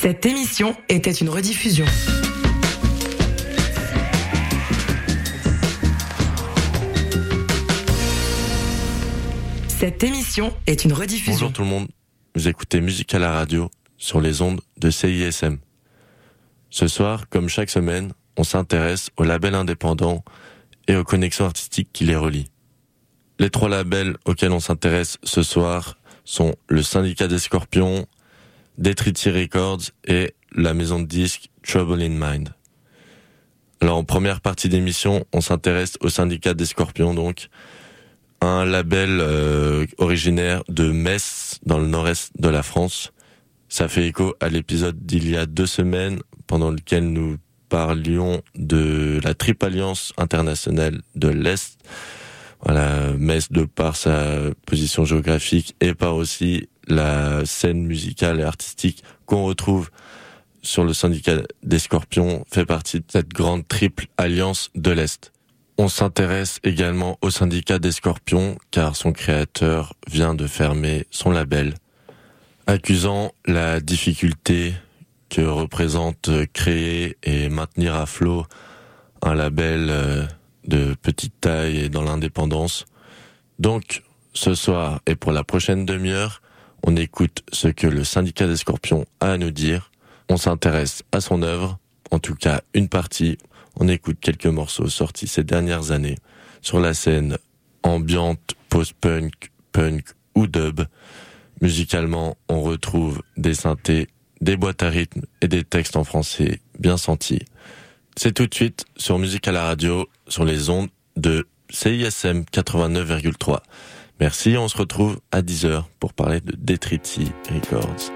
Cette émission était une rediffusion. Cette émission est une rediffusion. Bonjour tout le monde, vous écoutez Musique à la radio sur les ondes de CISM. Ce soir, comme chaque semaine, on s'intéresse aux labels indépendants et aux connexions artistiques qui les relient. Les 3 labels auxquels on s'intéresse ce soir sont le Syndicat des Scorpions, Detriti Records et la maison de disques Trouble in Mind. Alors en première partie d'émission, on s'intéresse au Syndicat des Scorpions, donc un label originaire de Metz, dans le nord-est de la France. Ça fait écho à l'épisode d'il y a 2 semaines, pendant lequel nous parlions de la Triple Alliance internationale de l'Est. Voilà, Metz, de par sa position géographique et par aussi la scène musicale et artistique qu'on retrouve sur le Syndicat des Scorpions, fait partie de cette grande Triple Alliance de l'Est. On s'intéresse également au Syndicat des Scorpions, car son créateur vient de fermer son label, accusant la difficulté que représente créer et maintenir à flot un label de petite taille et dans l'indépendance. Donc, ce soir et pour la prochaine demi-heure, on écoute ce que le Syndicat des Scorpions a à nous dire. On s'intéresse à son œuvre, en tout cas une partie. On écoute quelques morceaux sortis ces dernières années sur la scène ambiante, post-punk, punk ou dub. Musicalement, on retrouve des synthés, des boîtes à rythme et des textes en français bien sentis. C'est tout de suite sur Musique à la radio, sur les ondes de CISM 89,3. Merci, on se retrouve à 10h pour parler de Detriti Records.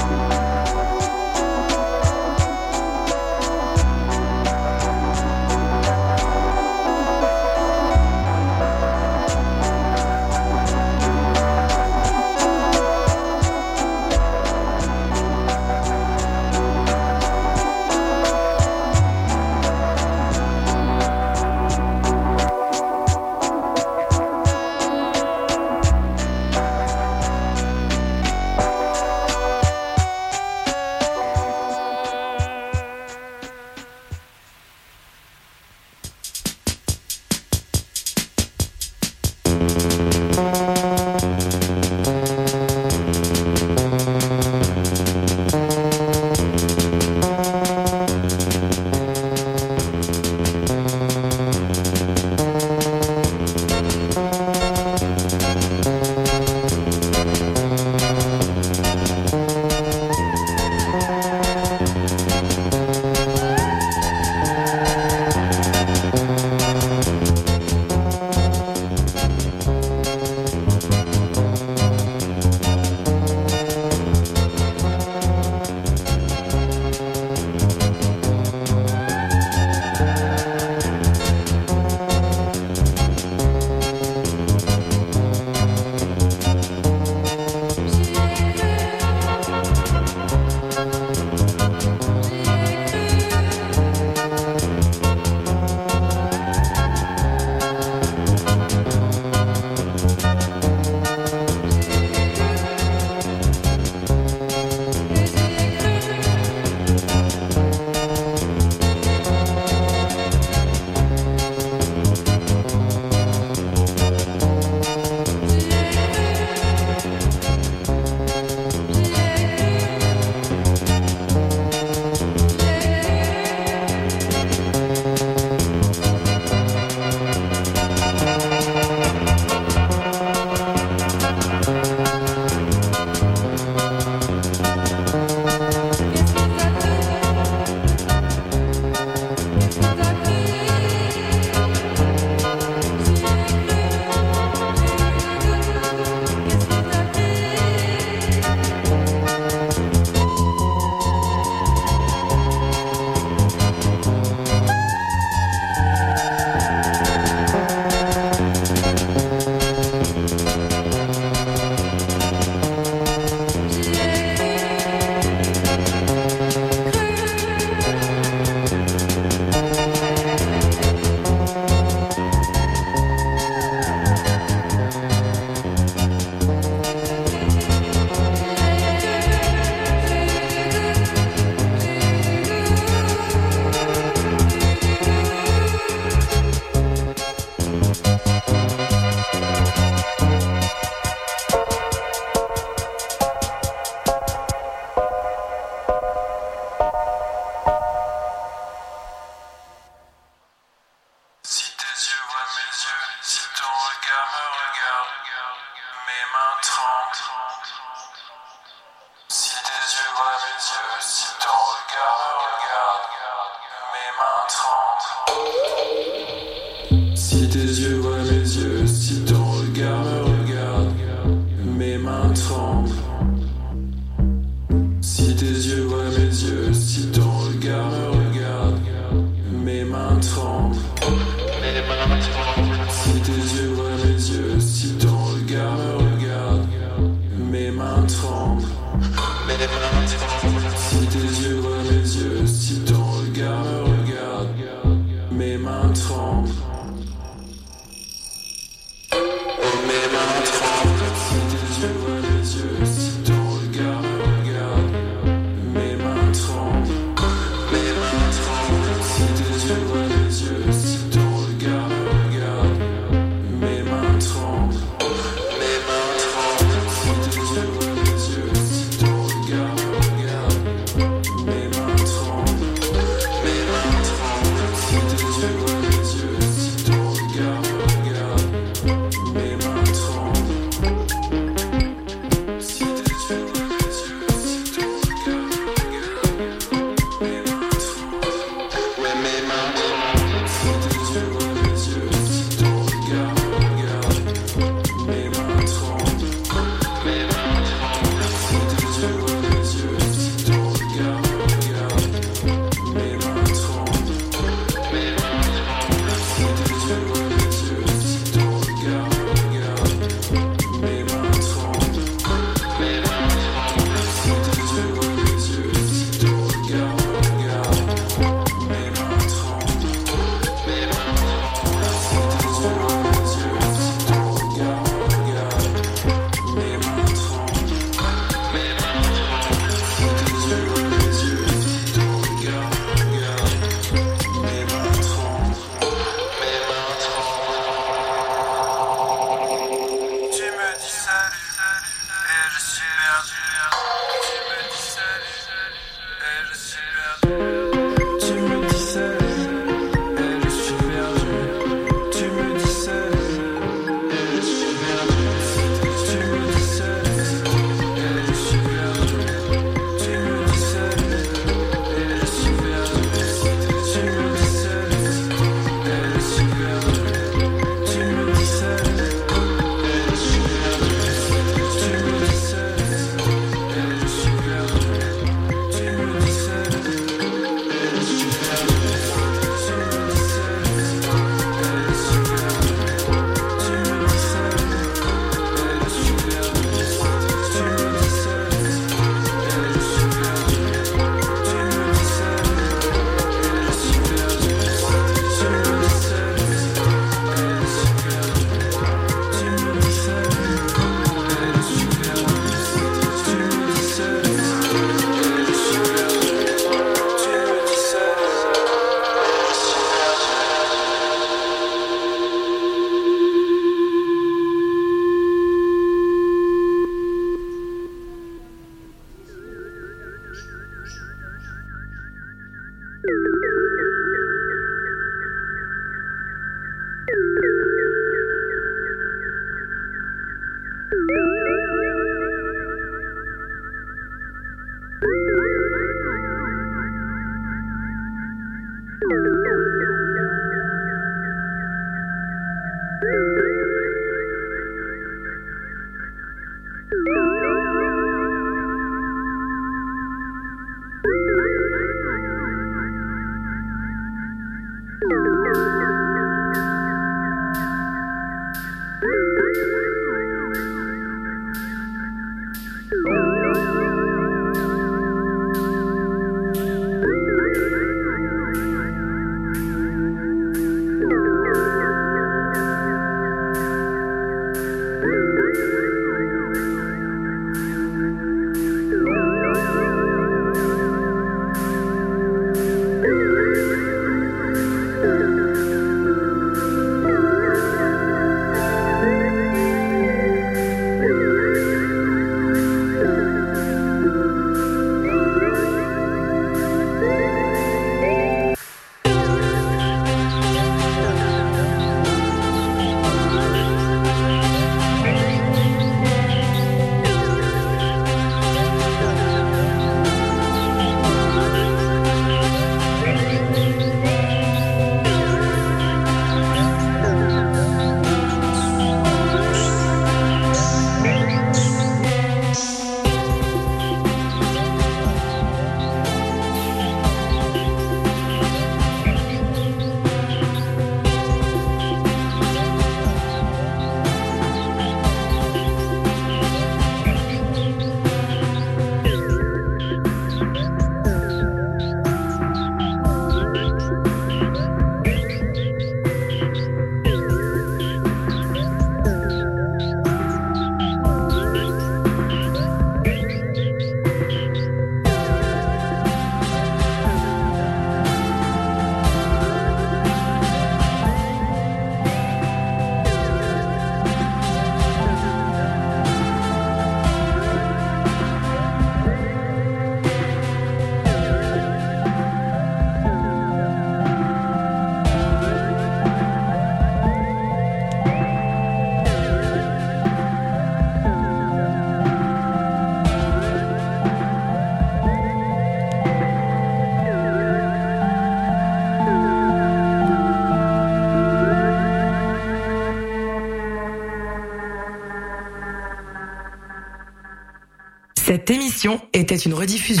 Cette émission était une rediffusion.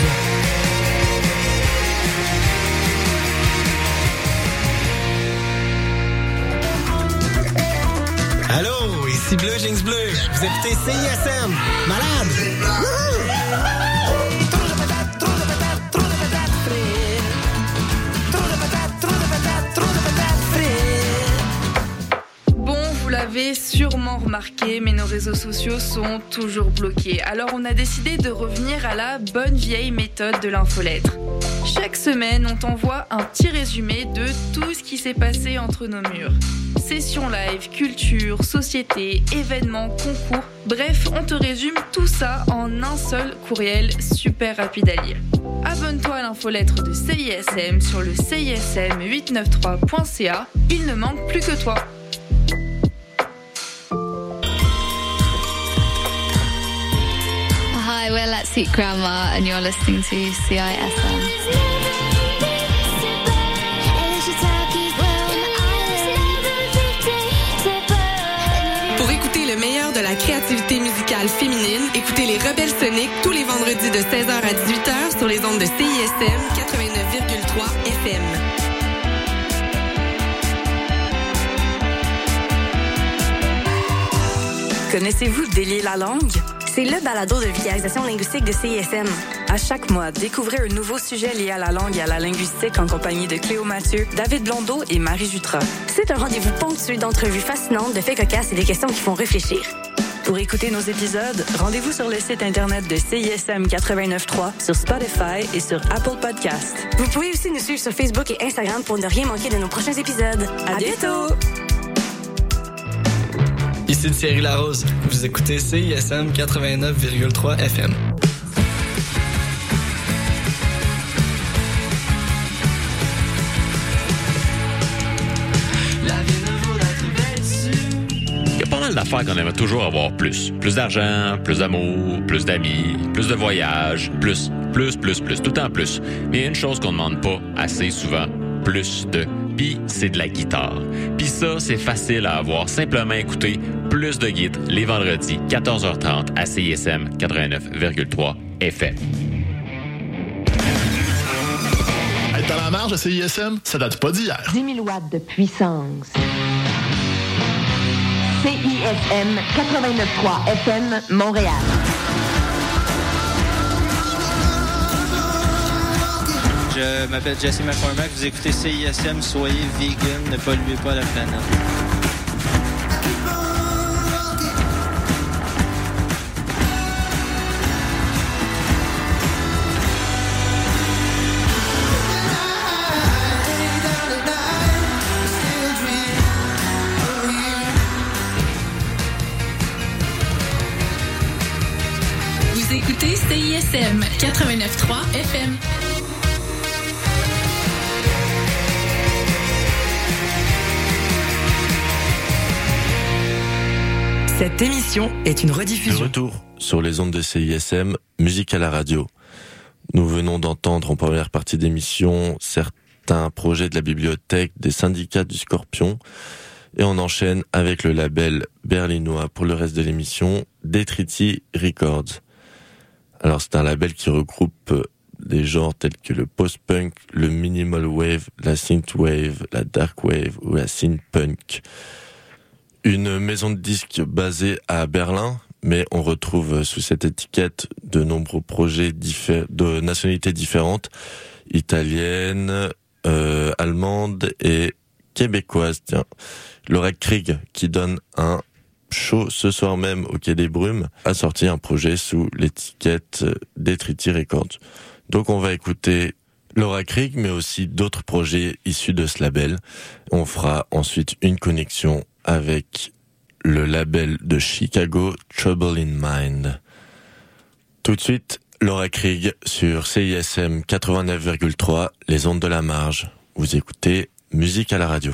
Allô, ici Bleu Jeans Bleu. Vous écoutez CISM. Malade! Vous l'avez sûrement remarqué, mais nos réseaux sociaux sont toujours bloqués. Alors on a décidé de revenir à la bonne vieille méthode de l'infolettre. Chaque semaine, on t'envoie un petit résumé de tout ce qui s'est passé entre nos murs. Sessions live, culture, société, événements, concours. Bref, on te résume tout ça en un seul courriel super rapide à lire. Abonne-toi à l'infolettre de CISM sur le CISM893.ca. Il ne manque plus que toi. Hi, we're Let's Eat Grandma and you're listening to CISM. Pour écouter le meilleur de la créativité musicale féminine, écoutez les Rebelles Soniques tous les vendredis de 16h à 18h sur les ondes de CISM 89,3 FM. Connaissez-vous Délier la langue? C'est le balado de vulgarisation linguistique de CISM. À chaque mois, découvrez un nouveau sujet lié à la langue et à la linguistique en compagnie de Cléo Mathieu, David Blondeau et Marie Jutras. C'est un rendez-vous ponctué d'entrevues fascinantes, de faits cocasses et des questions qui font réfléchir. Pour écouter nos épisodes, rendez-vous sur le site internet de CISM 89.3, sur Spotify et sur Apple Podcasts. Vous pouvez aussi nous suivre sur Facebook et Instagram pour ne rien manquer de nos prochains épisodes. À bientôt! Ici Thierry Larose. Vous écoutez CISM 89,3 FM. Il y a pas mal d'affaires qu'on aimerait toujours avoir plus. Plus d'argent, plus d'amour, plus d'amis, plus de voyages, plus. Tout le temps plus. Mais il y a une chose qu'on ne demande pas assez souvent, plus de. Puis c'est de la guitare. Puis ça, c'est facile à avoir. Simplement écouter Plus de Guides les vendredis, 14h30 à CISM 89,3 FM. Être à la marge de CISM, ça date pas d'hier. 10 000 watts de puissance. CISM 89.3 FM, Montréal. Je m'appelle Jesse McCormack, vous écoutez CISM, soyez vegan, ne polluez pas la planète. Vous écoutez CISM 89.3 FM. Cette émission est une De rediffusion. retour sur les ondes de CISM, musique à la radio. Nous venons d'entendre en première partie d'émission certains projets de la bibliothèque des syndicats du Scorpion. Et on enchaîne avec le label berlinois pour le reste de l'émission, Detriti Records. Alors c'est un label qui regroupe des genres tels que le post-punk, le minimal wave, la synthwave, la dark wave ou la synth-punk. Une maison de disques basée à Berlin, mais on retrouve sous cette étiquette de nombreux projets de nationalités différentes, italiennes, allemandes et québécoises. Tiens, Laura Krieg, qui donne un show ce soir même au Quai des Brumes, a sorti un projet sous l'étiquette Detriti Records. Donc on va écouter Laura Krieg, mais aussi d'autres projets issus de ce label. On fera ensuite une connexion avec le label de Chicago, Trouble in Mind. Tout de suite, Laura Krieg sur CISM 89,3, les ondes de la marge. Vous écoutez Musique à la radio.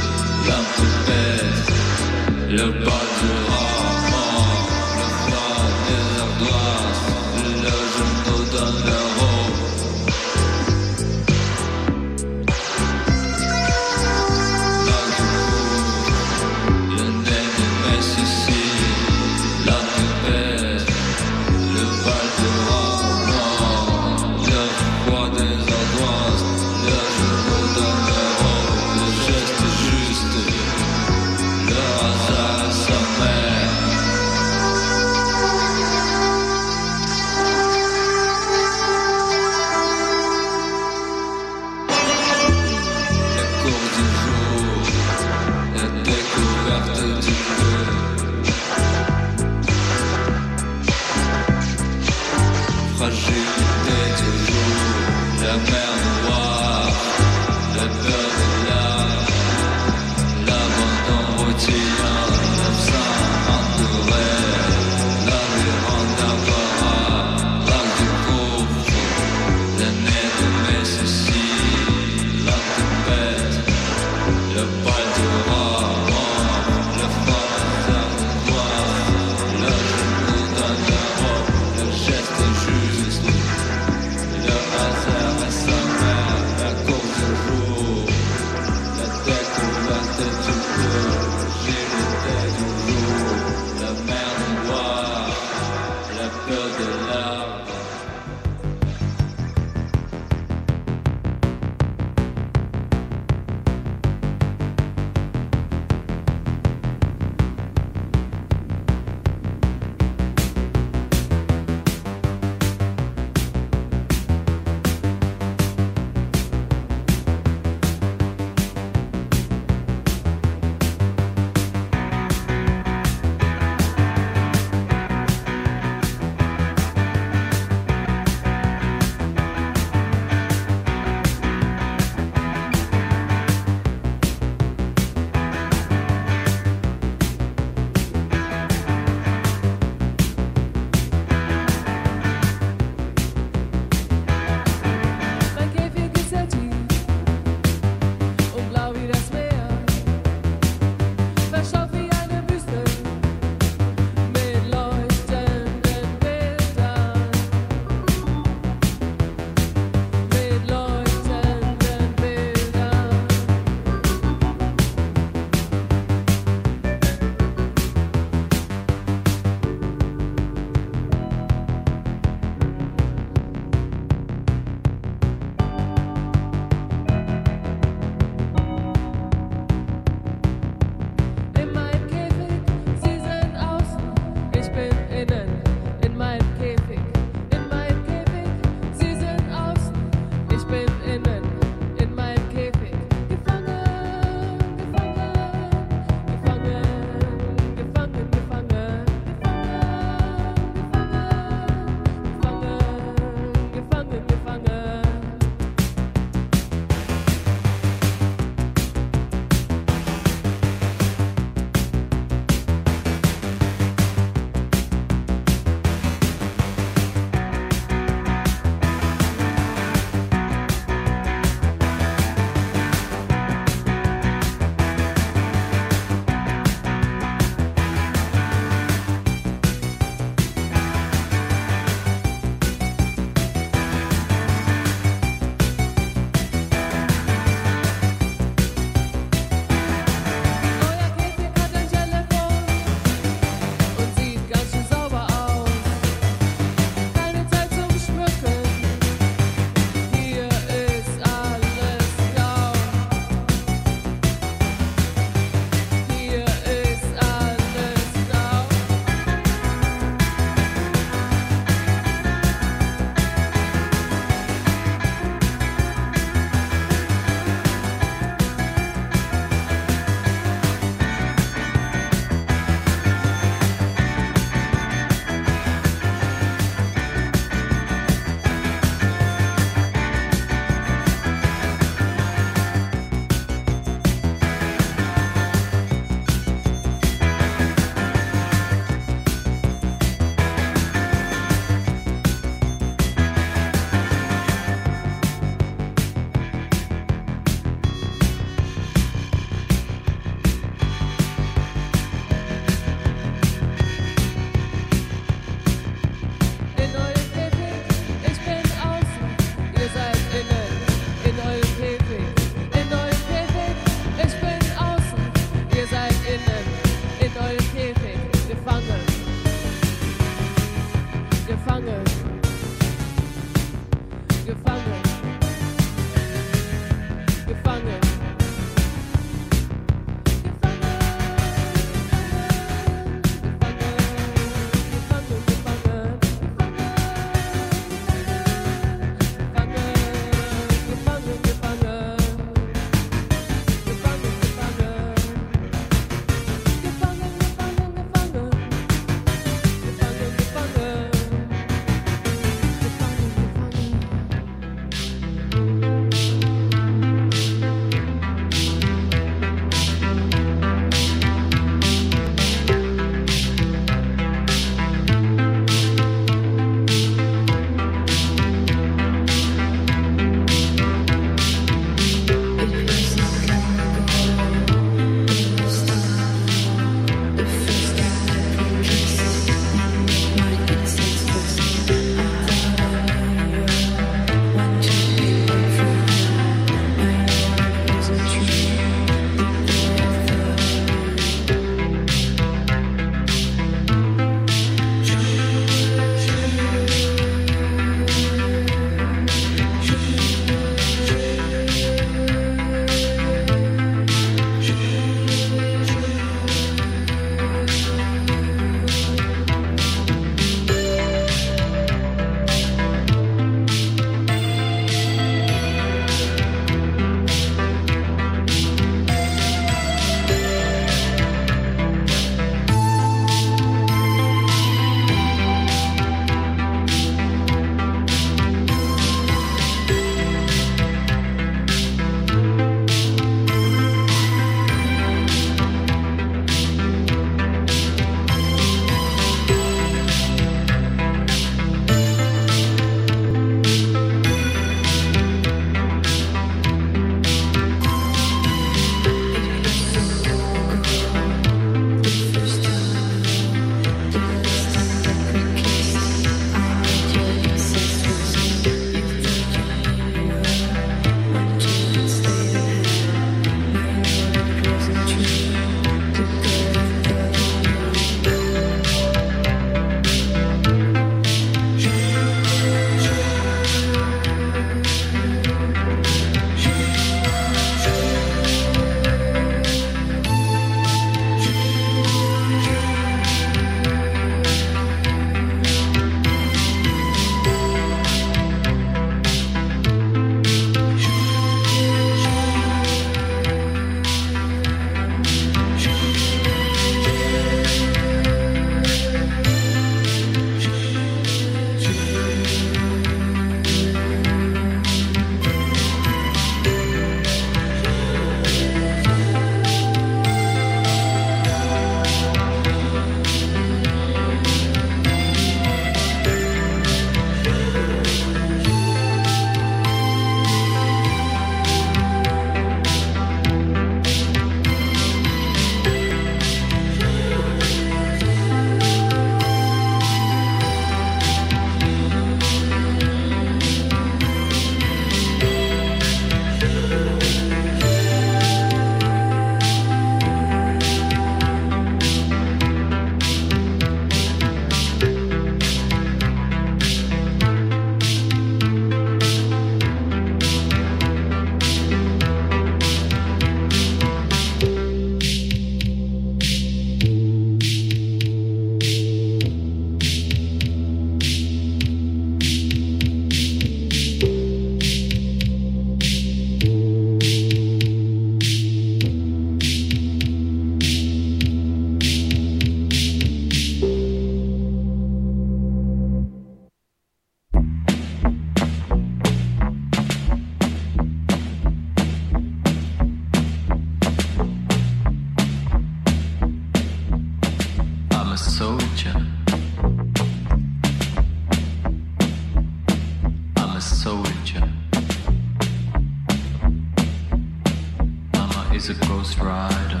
is a ghost rider.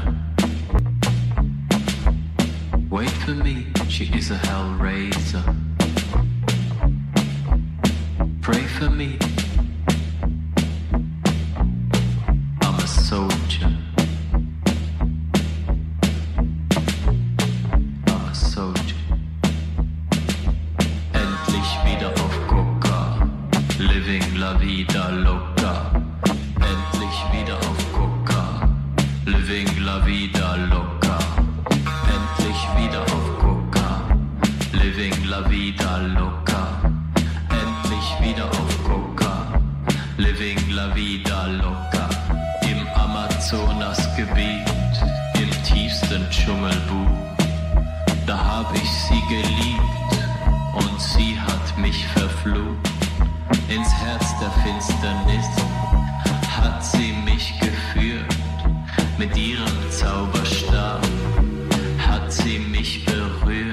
Wait for me, she is a hellraiser. Pray for me, I'm a soldier. I'm a soldier. Endlich wieder auf Coca, living la vida loca. Endlich wieder auf Coca, living la vida loca. Endlich wieder auf Coca, living la vida loca. Endlich wieder auf Coca, living la vida loca. Im Amazonasgebiet, im tiefsten Dschungelbuch, da hab ich sie geliebt und sie hat mich verflucht. Ins Herz der Finsternis hat sie mich geführt, mit ihrem Zauberstab hat sie mich berührt.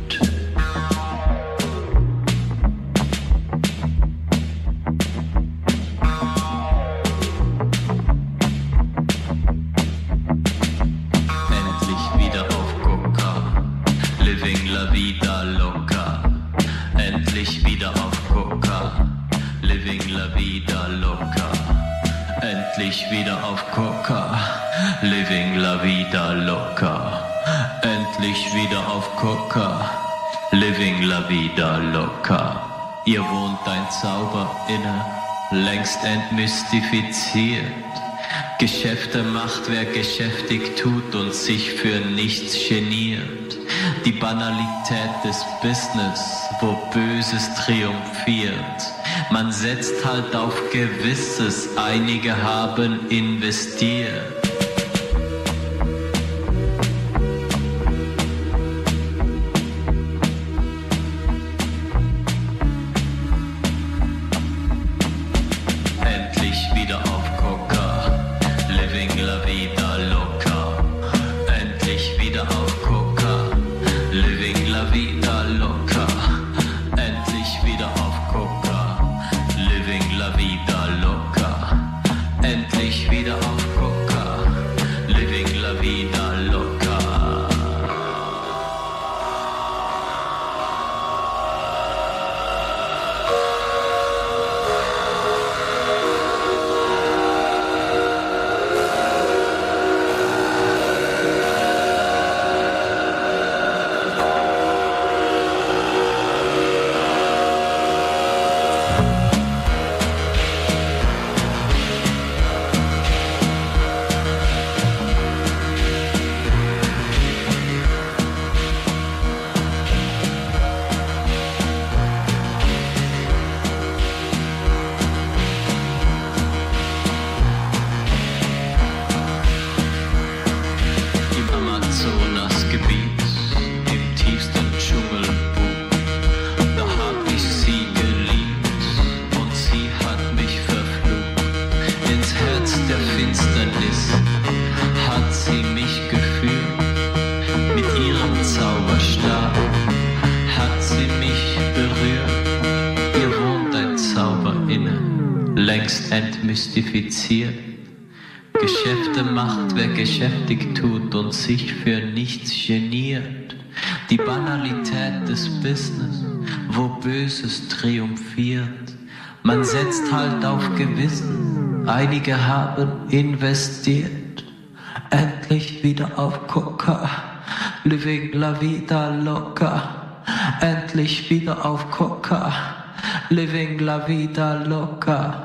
Endlich wieder auf Coca, living la vida loca. Endlich wieder auf Coca, living la vida loca. Endlich wieder auf Coca, living la vida loca. Endlich wieder auf Coca, living la vida loca. Ihr wohnt ein Zauber inne, längst entmystifiziert. Geschäfte macht, wer geschäftig tut und sich für nichts geniert. Die Banalität des Business, wo Böses triumphiert. Man setzt halt auf Gewisses, einige haben investiert. Endlich wieder auf Coca, living la vida loca. Endlich wieder auf Coca, living la vida loca. Endlich wieder auf Coca, living la vida loca. Endlich wieder auf Coca, living la vida loca. Im Amazonasgebiet, im tiefsten Dschungelbuch, da hab ich sie geliebt und sie hat mich verflucht. Ins Herz der Finsternis hat sie mich geführt, mit ihrem Zauberstab hat sie mich berührt. Ihr wohnt ein Zauber inne, längst entmystifiziert. Geschäfte macht, wer geschäftig tut und sich für nichts geniert. Die Banalität des Business, wo Böses triumphiert. Man setzt halt auf Gewissen, einige haben investiert. Endlich wieder auf Coca, living la vida loca. Endlich wieder auf Coca, living la vida loca.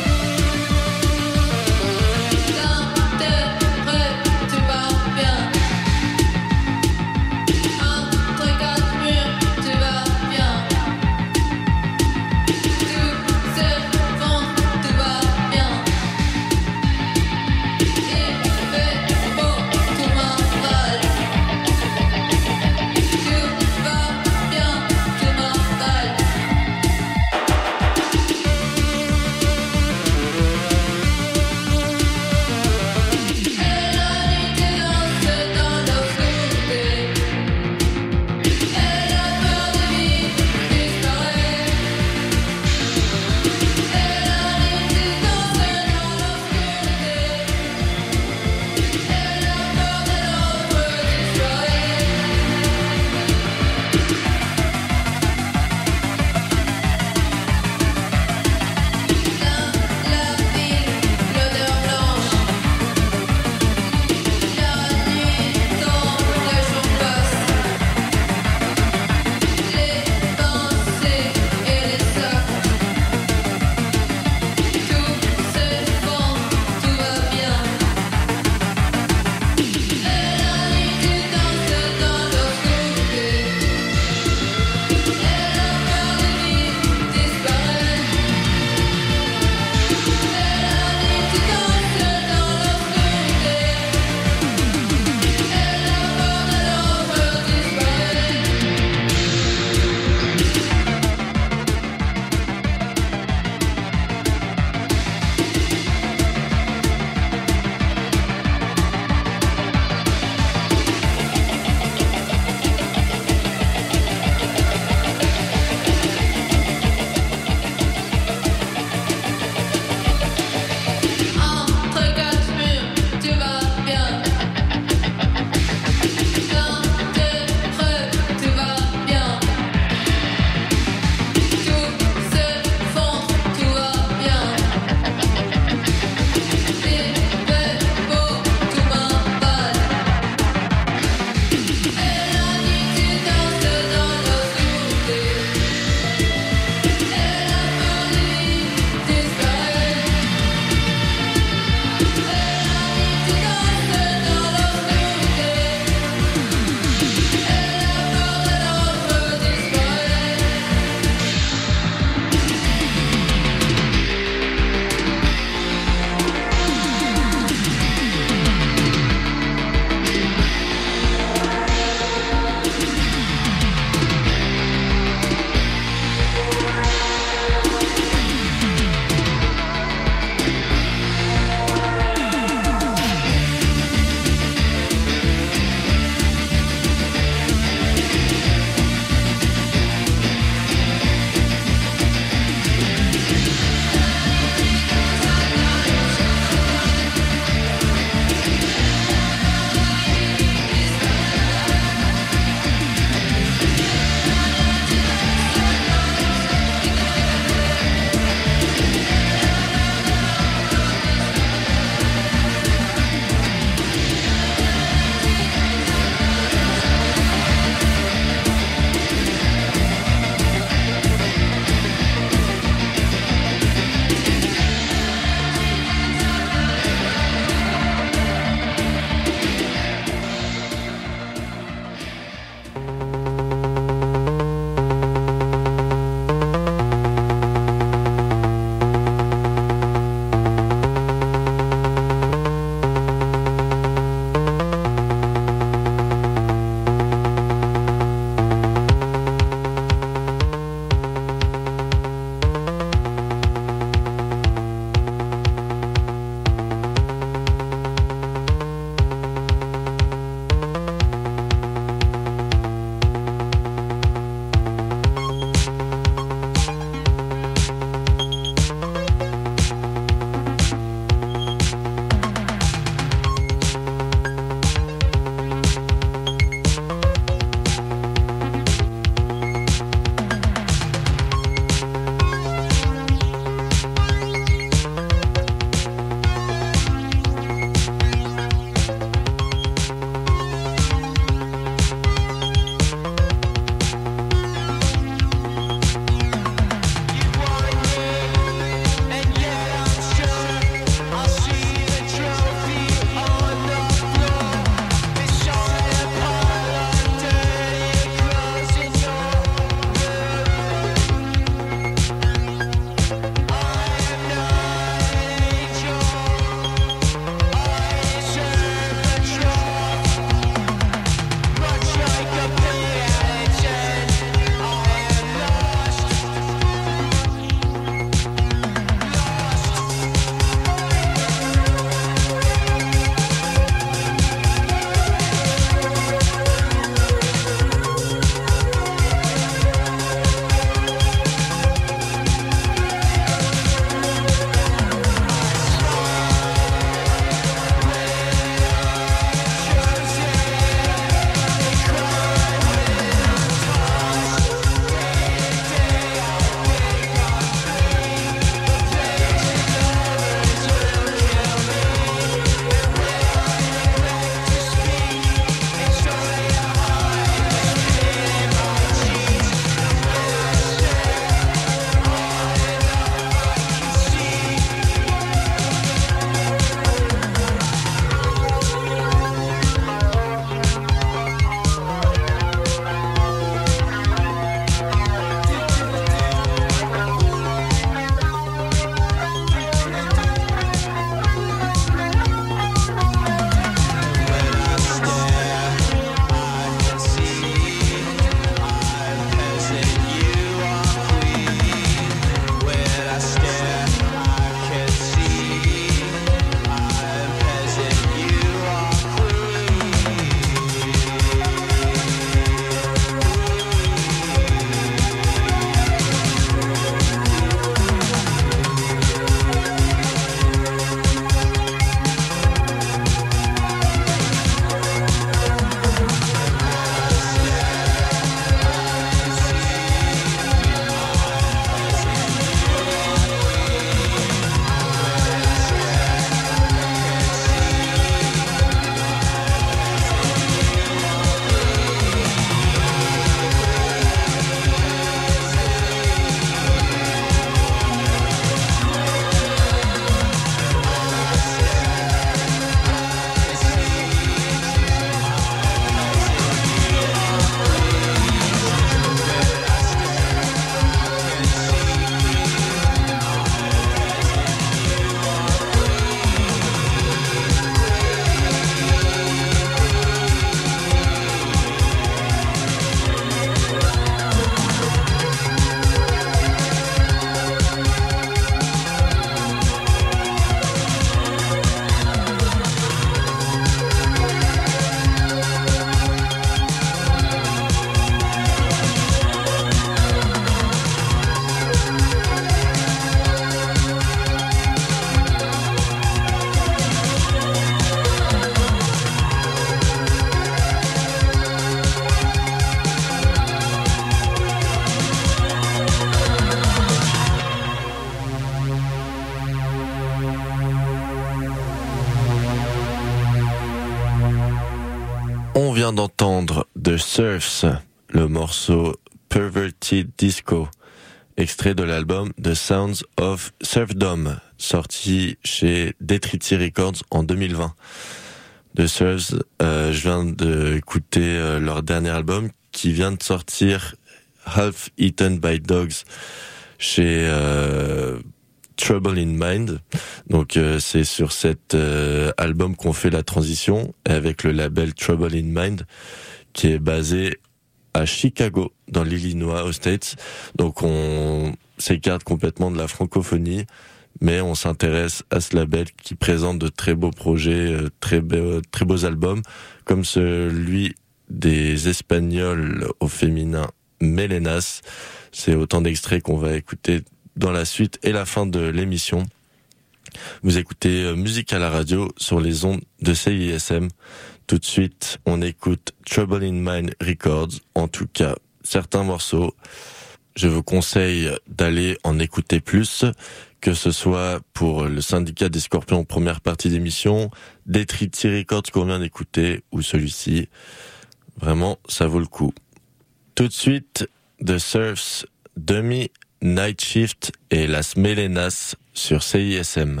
On vient d'entendre The Surfs, le morceau Perverted Disco, extrait de l'album The Sounds of Surfdom, sorti chez Detriti Records en 2020. The Surfs, je viens d'écouter leur dernier album qui vient de sortir, Half Eaten by Dogs, chez Trouble in Mind. Donc c'est sur cet album qu'on fait la transition avec le label Trouble in Mind qui est basé à Chicago dans l'Illinois aux States. Donc on s'écarte complètement de la francophonie, mais on s'intéresse à ce label qui présente de très beaux projets, très beaux albums comme celui des Espagnols au féminin Melenas. C'est autant d'extraits qu'on va écouter dans la suite et la fin de l'émission. Vous écoutez Musique à la radio sur les ondes de CISM. Tout de suite, on écoute Trouble in Mind Records, en tout cas certains morceaux. Je vous conseille d'aller en écouter plus, que ce soit pour le Syndicat des Scorpions, première partie d'émission, Detriti Records qu'on vient d'écouter, ou celui-ci. Vraiment, ça vaut le coup. Tout de suite, The Surfs, Demi, Night Shift et Las Melenas sur CISM.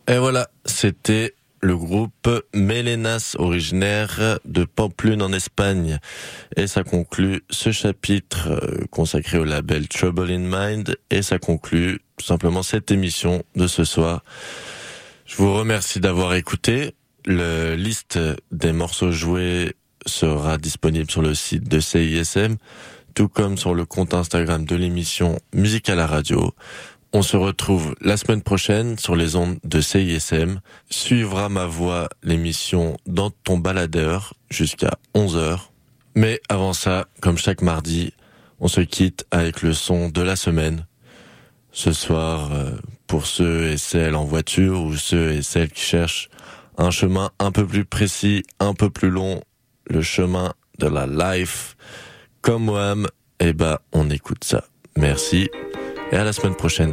Et voilà, c'était le groupe Melenas, originaire de Pamplune en Espagne. Et ça conclut ce chapitre consacré au label Trouble in Mind. Et ça conclut tout simplement cette émission de ce soir. Je vous remercie d'avoir écouté. La liste des morceaux joués sera disponible sur le site de CISM, tout comme sur le compte Instagram de l'émission Musique à la radio. On se retrouve la semaine prochaine sur les ondes de CISM. Suivra ma voix l'émission Dans ton baladeur jusqu'à 11h. Mais avant ça, comme chaque mardi, on se quitte avec le son de la semaine. Ce soir, pour ceux et celles en voiture ou ceux et celles qui cherchent un chemin un peu plus précis, un peu plus long, le chemin de la life, comme Wham, on écoute ça. Merci et à la semaine prochaine.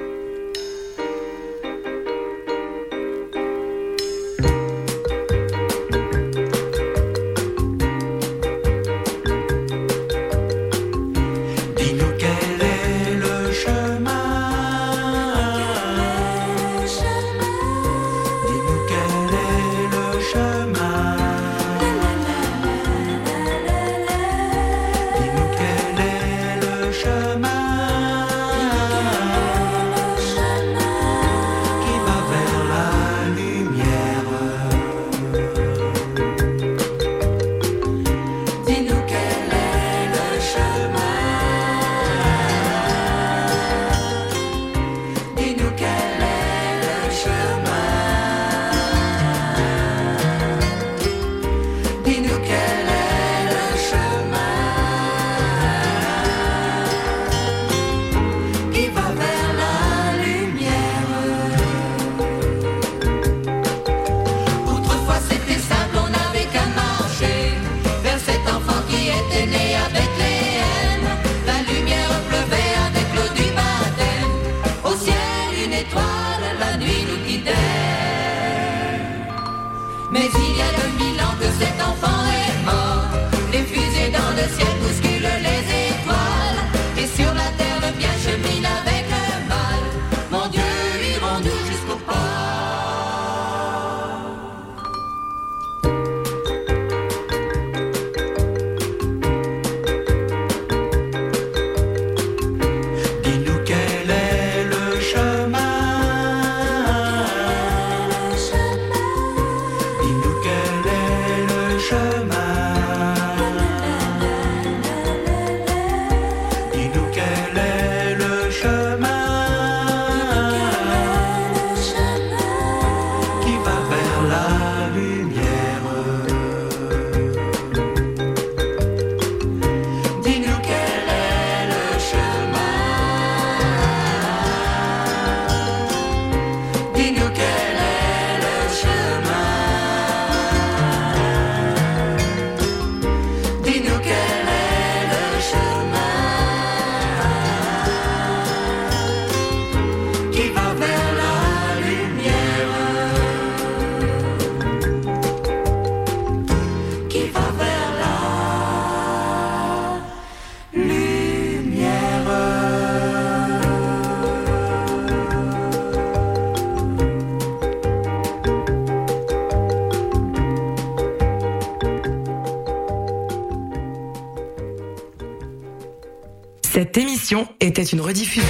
Cette émission était une rediffusion.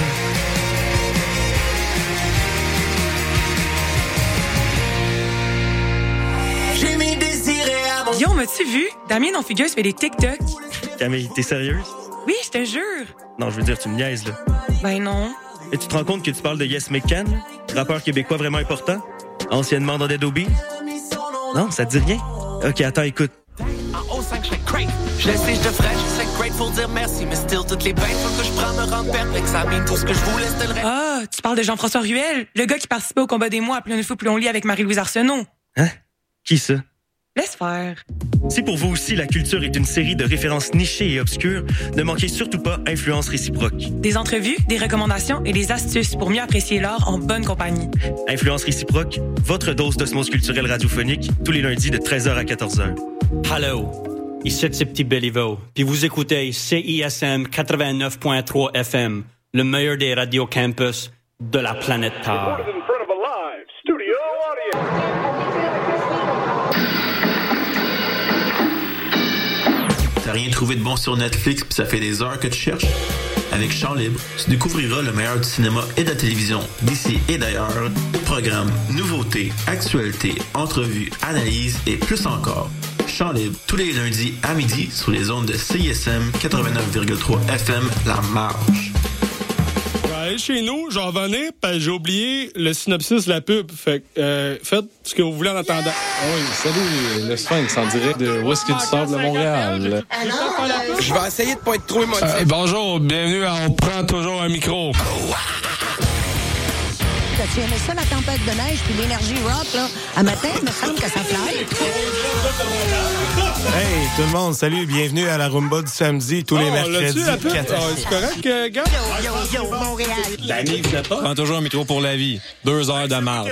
Guillaume, as-tu vu? Damien non Fugueuse fait des TikTok. Camille, t'es sérieuse? Oui, je te jure. Non, je veux dire, tu me niaises, là. Ben non. Et tu te rends compte que tu parles de Yes McCann, rappeur québécois vraiment important? Anciennement dans Dead Obies? Non, ça te dit rien? Ok, attends, écoute. En haut 5, je fais crack. Je laisse et je te ferai, je sais grateful dire merci, mais still toutes les bêtes que je prends me rendent perplexe. Ça mine tout ce que je voulais, c'était le reste. Ah, tu parles de Jean-François Ruel, le gars qui participait au combat des mois à Plus on est fou, plus on lit avec Marie-Louise Arsenault. Hein? Qui ça? Laisse faire. Si pour vous aussi la culture est une série de références nichées et obscures, ne manquez surtout pas Influence réciproque. Des entrevues, des recommandations et des astuces pour mieux apprécier l'art en bonne compagnie. Influence réciproque, votre dose d'osmose culturelle radiophonique, tous les lundis de 13h à 14h. Hello, ici c'est Petit Béliveau, puis vous écoutez CISM 89.3 FM, le meilleur des radios campus de la planète Terre. live studio audience. T'as rien trouvé de bon sur Netflix pis ça fait des heures que tu cherches? Avec Chant Libre, tu découvriras le meilleur du cinéma et de la télévision d'ici et d'ailleurs. Programmes, nouveautés, actualités, entrevues, analyses et plus encore. Chant Libre, tous les lundis à midi sur les ondes de CISM 89,3 FM La Marge. Chez nous, j'en revenais, parce que j'ai oublié le synopsis de la pub. Fait que faites ce que vous voulez en attendant. Oui, salut, le Sphinx en direct de Whisky du Sable de Montréal. Je vais essayer de pas être trop émotif. Bonjour, bienvenue à On prend toujours un micro. T'as-tu aimé ça, la tempête de neige puis l'énergie rock, là? À matin, il me semble que ça fly. Hey, tout le monde, salut, bienvenue à la Rumba du samedi, tous les mercredis. C'est correct, gars? Yo, Montréal. La Nive n'a pas. Prends toujours un micro pour la vie. 2 heures de marde.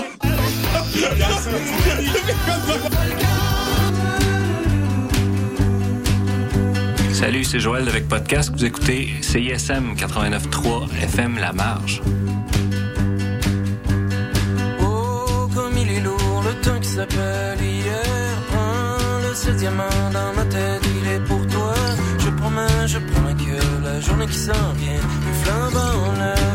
Salut, c'est Joël avec Podcast. Vous écoutez CISM 89.3 FM La Marge. Qui s'appelle hier, prends-le, ce diamant dans ma tête, il est pour toi. Je promets que la journée qui s'en vient, le flambant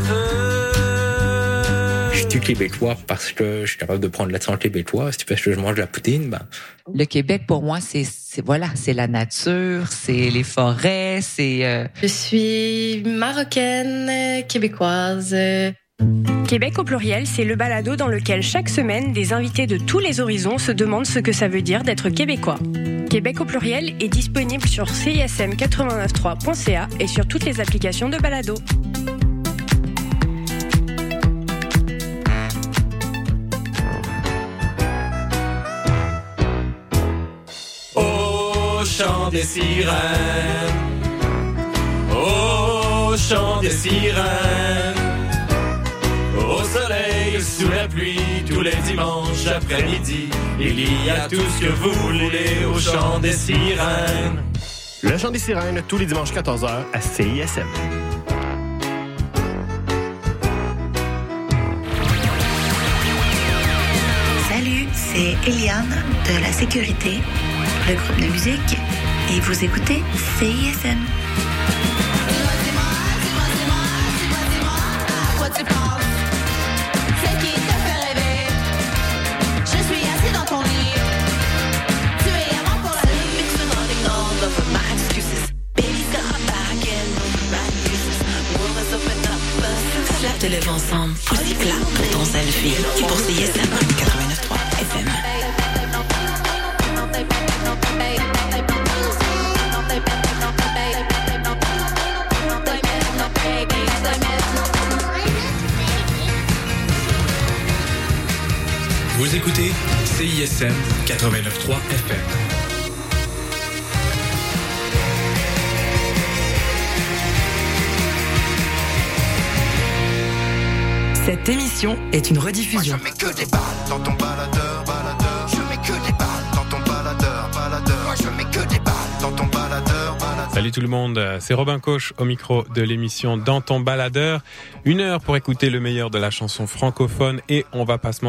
neuf. Je suis québécois parce que je suis capable de prendre l'accent québécois. C'est parce que je mange de la poutine, ben. Le Québec, pour moi, c'est la nature, c'est les forêts, c'est... Je suis marocaine, québécoise. Québec au pluriel, c'est le balado dans lequel chaque semaine, des invités de tous les horizons se demandent ce que ça veut dire d'être québécois. Québec au pluriel est disponible sur cism893.ca et sur toutes les applications de balado. Au chant des sirènes, au chant des sirènes, au soleil, sous la pluie, tous les dimanches après-midi, il y a tout ce que vous voulez au chant des sirènes. Le chant des sirènes, tous les dimanches 14h à CISM. Salut, c'est Eliane de La Sécurité, le groupe de musique, et vous écoutez CISM. Te lève ensemble, aussi plat pour ton selfie et pour CISM 89.3 FM. Vous écoutez CISM 89.3 FM. Cette émission est une rediffusion. Moi, je mets que des balles dans ton baladeur, baladeur. Je mets que des balles dans ton baladeur, baladeur. Moi, je mets que des balles dans ton baladeur, baladeur. Salut tout le monde, c'est Robin Coche au micro de l'émission Dans ton baladeur. 1 heure pour écouter le meilleur de la chanson francophone et on va pas se mentir.